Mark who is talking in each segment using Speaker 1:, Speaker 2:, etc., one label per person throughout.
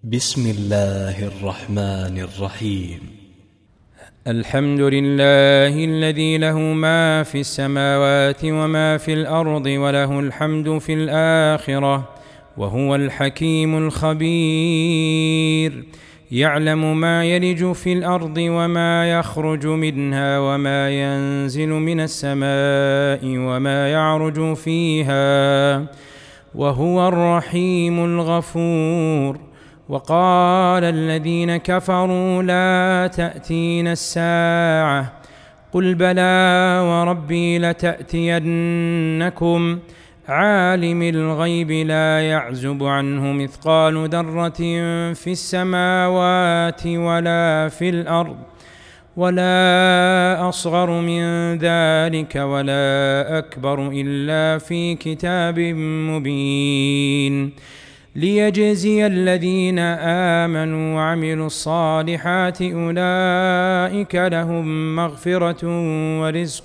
Speaker 1: بسم الله الرحمن الرحيم.
Speaker 2: الحمد لله الذي له ما في السماوات وما في الأرض وله الحمد في الآخرة وهو الحكيم الخبير. يعلم ما يلج في الأرض وما يخرج منها وما ينزل من السماء وما يعرج فيها وهو الرحيم الغفور. وقال الذين كفروا لا تأتينا الساعة قل بلى وربي لتأتينكم عالم الغيب لا يعزب عنه مثقال ذرة في السماوات ولا في الأرض ولا أصغر من ذلك ولا أكبر إلا في كتاب مبين ليجزي الذين آمنوا وعملوا الصالحات أولئك لهم مغفرة ورزق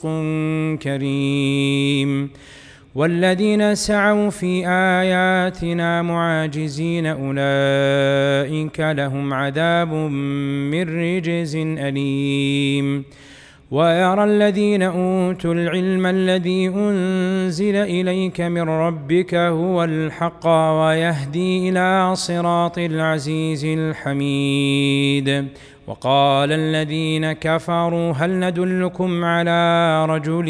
Speaker 2: كريم. والذين سعوا في آياتنا معاجزين أولئك لهم عذاب من رجز أليم. ويرى الذين أوتوا العلم الذي أنزل إليك من ربك هو الحق ويهدي إلى صراط العزيز الحميد. وقال الذين كفروا هل ندلكم على رجل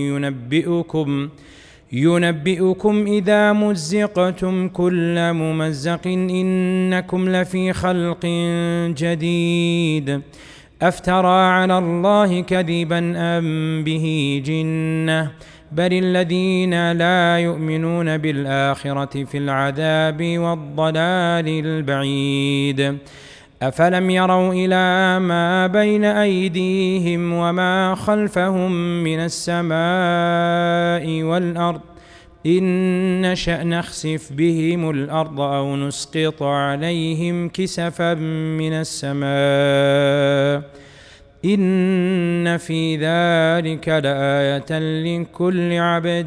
Speaker 2: ينبئكم إذا مزقتم كل ممزق إنكم لفي خلق جديد أفترى على الله كذبا أم به جنة بل الذين لا يؤمنون بالآخرة في العذاب والضلال البعيد. أفلم يروا إلى ما بين أيديهم وما خلفهم من السماء والأرض إن نشأ نخسف بهم الأرض أو نسقط عليهم كسفا من السماء إن في ذلك لآية لكل عبد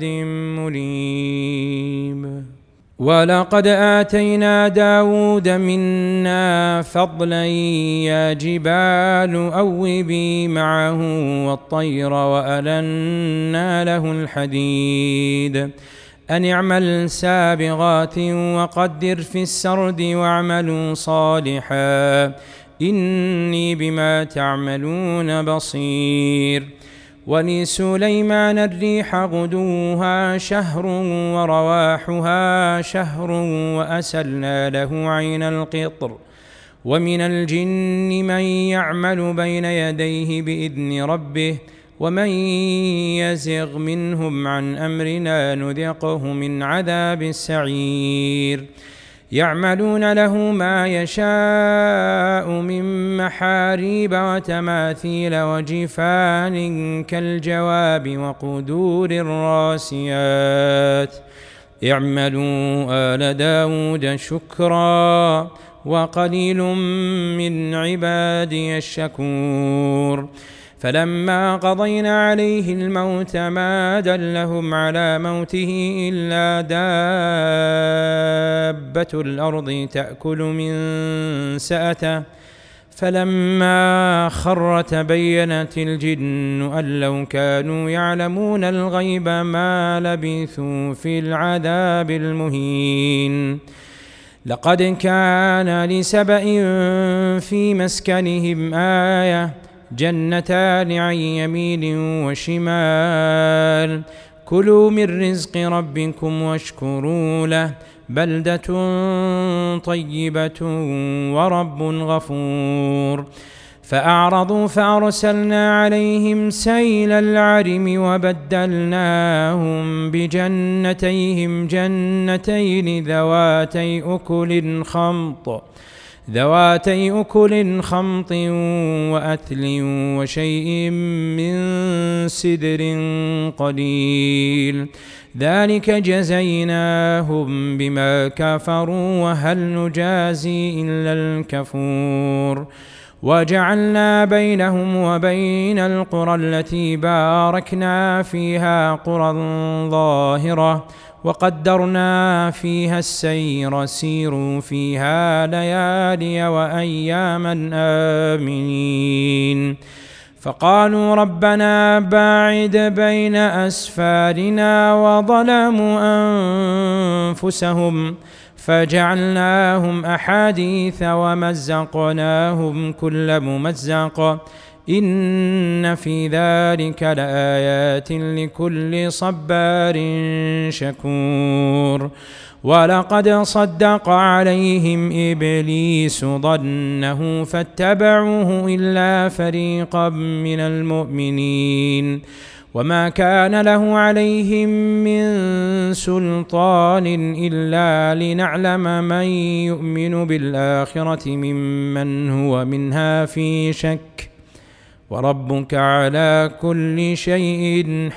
Speaker 2: منيب. ولقد آتينا داود منا فضلا يا جبال أوبي معه والطير وألنا له الحديد أن اعمل سابغات وقدر في السرد واعملوا صالحا إني بما تعملون بصير. ولسليمان الريح غدوها شهر ورواحها شهر وأسلنا له عين القطر ومن الجن من يعمل بين يديه بإذن ربه ومن يزغ منهم عن أمرنا نذقه من عذاب السعير. يعملون له ما يشاء من محاريب وتماثيل وجفان كالجواب وقدور الراسيات اعملوا آل داود شكرا وقليل من عبادي الشكور. فلما قضينا عليه الموت ما دلهم على موته إلا دابة الأرض تأكل من سأته فلما خر تبينت الجن أن لو كانوا يعلمون الغيب ما لبثوا في العذاب المهين. لقد كان لسبإ في مسكنهم آية جنتان عن يمين وشمال كلوا من رزق ربكم واشكروا له بلدة طيبة ورب غفور. فأعرضوا فأرسلنا عليهم سيل العرم وبدلناهم بجنتيهم جنتين ذواتي أكل خمط وأثل وشيء من سدر قليل ذلك جزيناهم بما كفروا وهل نجازي إلا الكفور. وجعلنا بينهم وبين القرى التي باركنا فيها قرى ظاهرة وقدرنا فيها السير سيروا فيها ليالي وأياما آمنين فقالوا ربنا باعد بين أسفارنا وظلموا أنفسهم فجعلناهم أحاديث ومزقناهم كل ممزق إن في ذلك لآيات لكل صبار شكور ولقد صدق عليهم إبليس ظنه فاتبعوه إلا فريقا من المؤمنين وما كان له عليهم من سلطان إلا لنعلم من يؤمن بالآخرة ممن هو منها في شك وربك على كل شيء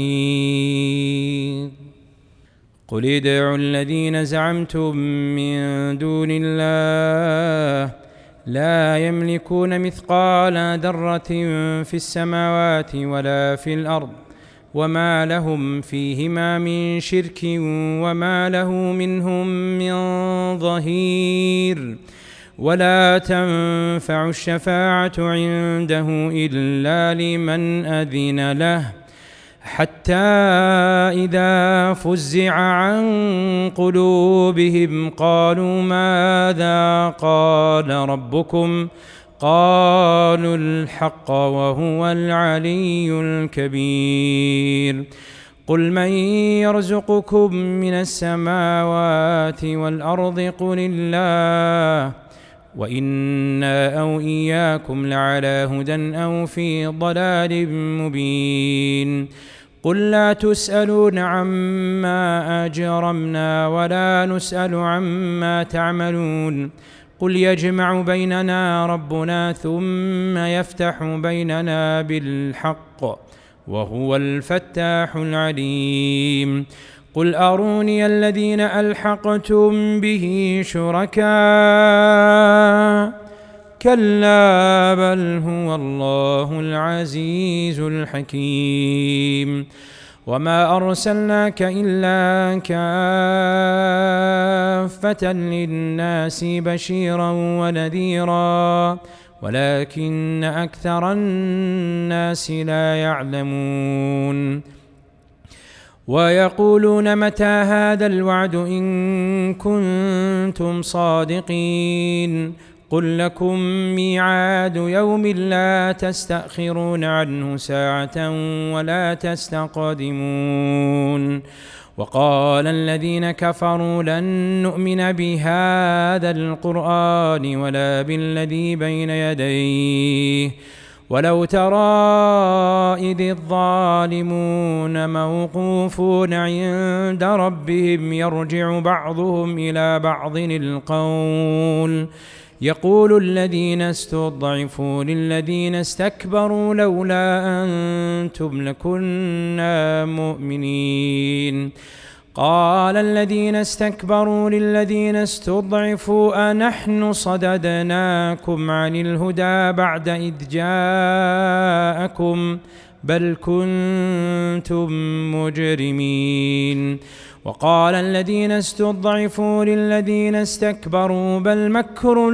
Speaker 2: حفيظ قل ادعوا الذين زعمتم من دون الله لا يملكون مثقال ذرة في السماوات ولا في الأرض وما لهم فيهما من شرك وما له منهم من ظهير ولا تنفع الشفاعة عنده إلا لمن أذن له حتى إذا فزع عن قلوبهم قالوا ماذا قال ربكم قالوا الحق وهو العلي الكبير قل من يرزقكم من السماوات والأرض قل الله وإنا أو إياكم لعلى هدى أو في ضلال مبين قل لا تسألون عما أجرمنا ولا نسأل عما تعملون قل يجمع بيننا ربنا ثم يفتح بيننا بالحق وهو الفتاح العليم قل أروني الذين ألحقتم به شركاء كلا بل هو الله العزيز الحكيم وما أرسلناك إلا كافة للناس بشيرا ونذيرا ولكن أكثر الناس لا يعلمون ويقولون متى هذا الوعد إن كنتم صادقين قل لكم ميعاد يوم لا تستأخرون عنه ساعة ولا تستقدمون وقال الذين كفروا لن نؤمن بهذا القرآن ولا بالذي بين يديه ولو ترى إذ الظالمون موقوفون عند ربهم يرجع بعضهم إلى بعض القول يقول الذين استضعفوا للذين استكبروا لولا أنتم لكنا مؤمنين قال الذين استكبروا للذين استضعفوا أنحن صددناكم عن الهدى بعد إذ جاءكم بل كنتم مجرمين وقال الذين استضعفوا للذين استكبروا بل مكر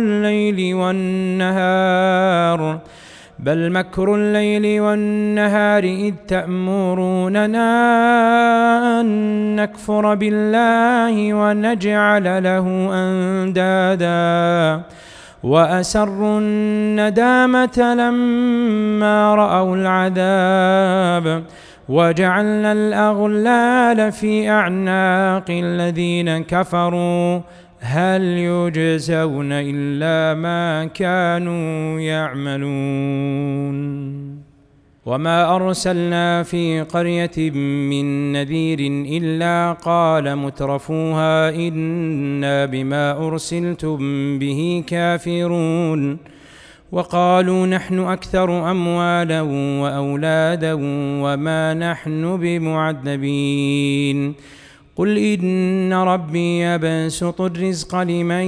Speaker 2: الليل والنهار إذ تأمروننا أن نكفر بالله ونجعل له أندادا وأسروا الندامة لما رأوا العذاب وجعلنا الأغلال في أعناق الذين كفروا هل يجزون إلا ما كانوا يعملون وما أرسلنا في قرية من نذير إلا قال مترفوها إنا بما أرسلتم به كافرون وقالوا نحن أكثر أموالا وأولادا وما نحن بمعذبين قل إن ربي يبسط الرزق لمن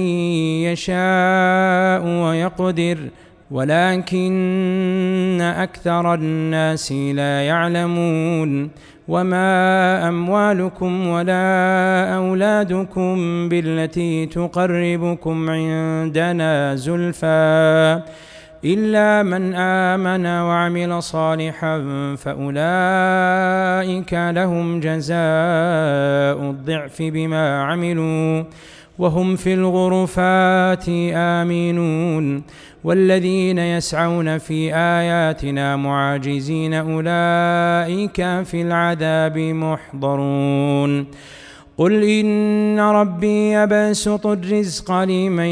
Speaker 2: يشاء ويقدر ولكن أكثر الناس لا يعلمون وما أموالكم ولا أولادكم بالتي تقربكم عندنا زلفى إلا من آمن وعمل صالحا فأولئك لهم جزاء الضعف بما عملوا وهم في الغرفات آمنون والذين يسعون في آياتنا معاجزين أولئك في العذاب محضرون قل إن ربي يبسط الرزق لمن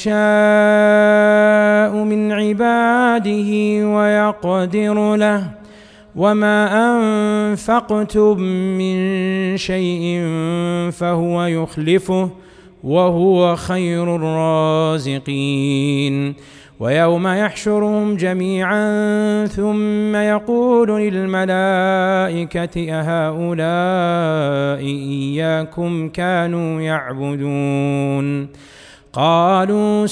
Speaker 2: يشاء من عباده ويقدر له وما أنفقتم من شيء فهو يخلفه وهو خير الرازقين ويوم يحشرهم جميعا ثم يقول للملائكة أهؤلاء إياكم كانوا يعبدون قالوا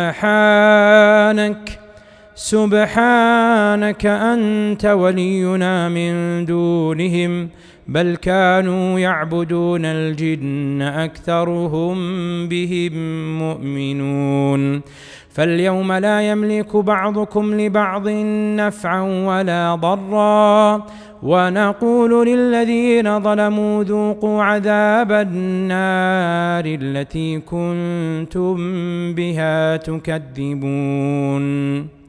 Speaker 2: سبحانك أنت ولينا من دونهم بل كانوا يعبدون الجن أكثرهم بهم مؤمنون فاليوم لا يملك بعضكم لبعض نفعا ولا ضرا ونقول للذين ظلموا ذوقوا عذاب النار التي كنتم بها تكذبون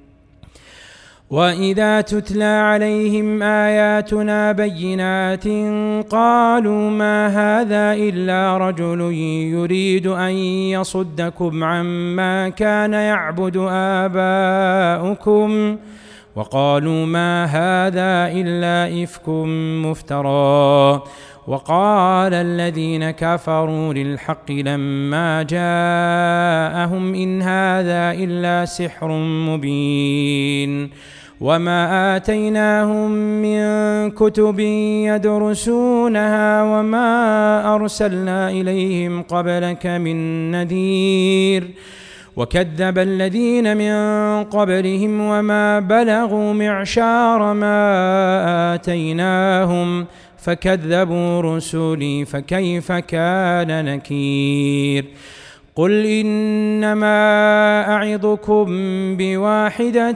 Speaker 2: وإذا تتلى عليهم آياتنا بينات قالوا ما هذا إلا رجل يريد أن يصدكم عما كان يعبد آباؤكم وقالوا ما هذا إلا إفك مفترى وقال الذين كفروا للحق لما جاءهم إن هذا إلا سحر مبين وما آتيناهم من كتب يدرسونها وما أرسلنا إليهم قبلك من نذير وكذب الذين من قبلهم وما بلغوا معشار ما آتيناهم فكذبوا رسلي فكيف كان نكير قل إنما أعظكم بواحدة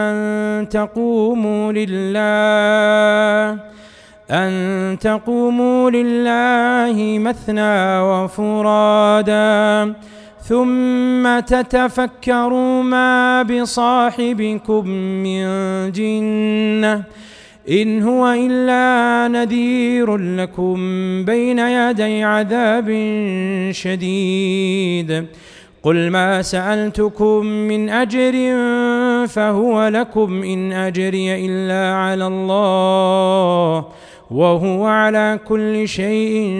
Speaker 2: أن تقوموا لله مثنى وفرادا ثم تتفكروا ما بصاحبكم من جنة إن هو إلا نذير لكم بين يدي عذاب شديد قل ما سألتكم من أجر فهو لكم إن أجري إلا على الله وهو على كل شيء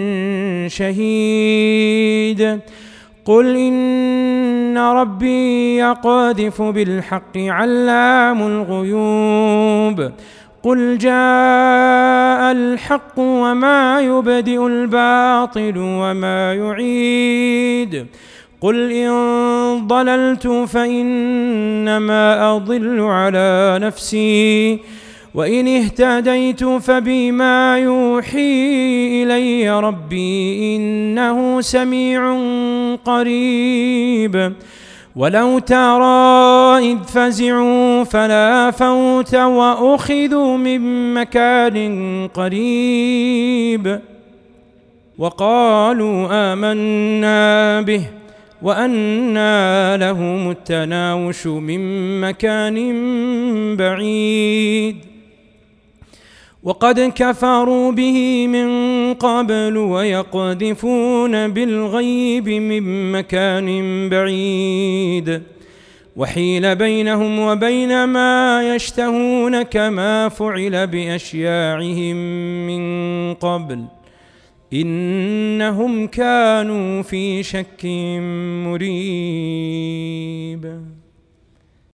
Speaker 2: شهيد قل إن ربي يقذف بالحق علام الغيوب قل جاء الحق وما يبدئ الباطل وما يعيد قل إن ضللت فإنما أضل على نفسي وإن اهتديت فبما يوحي إلي ربي إنه سميع قريب ولو ترى إذ فزعوا فلا فوت وأخذوا من مكان قريب وقالوا آمنا به وأنى لهم التناوش من مكان بعيد وقد كفروا به من قبل ويقذفون بالغيب من مكان بعيد وحيل بينهم وبين ما يشتهون كما فعل بأشياعهم من قبل إنهم كانوا في شك مريب.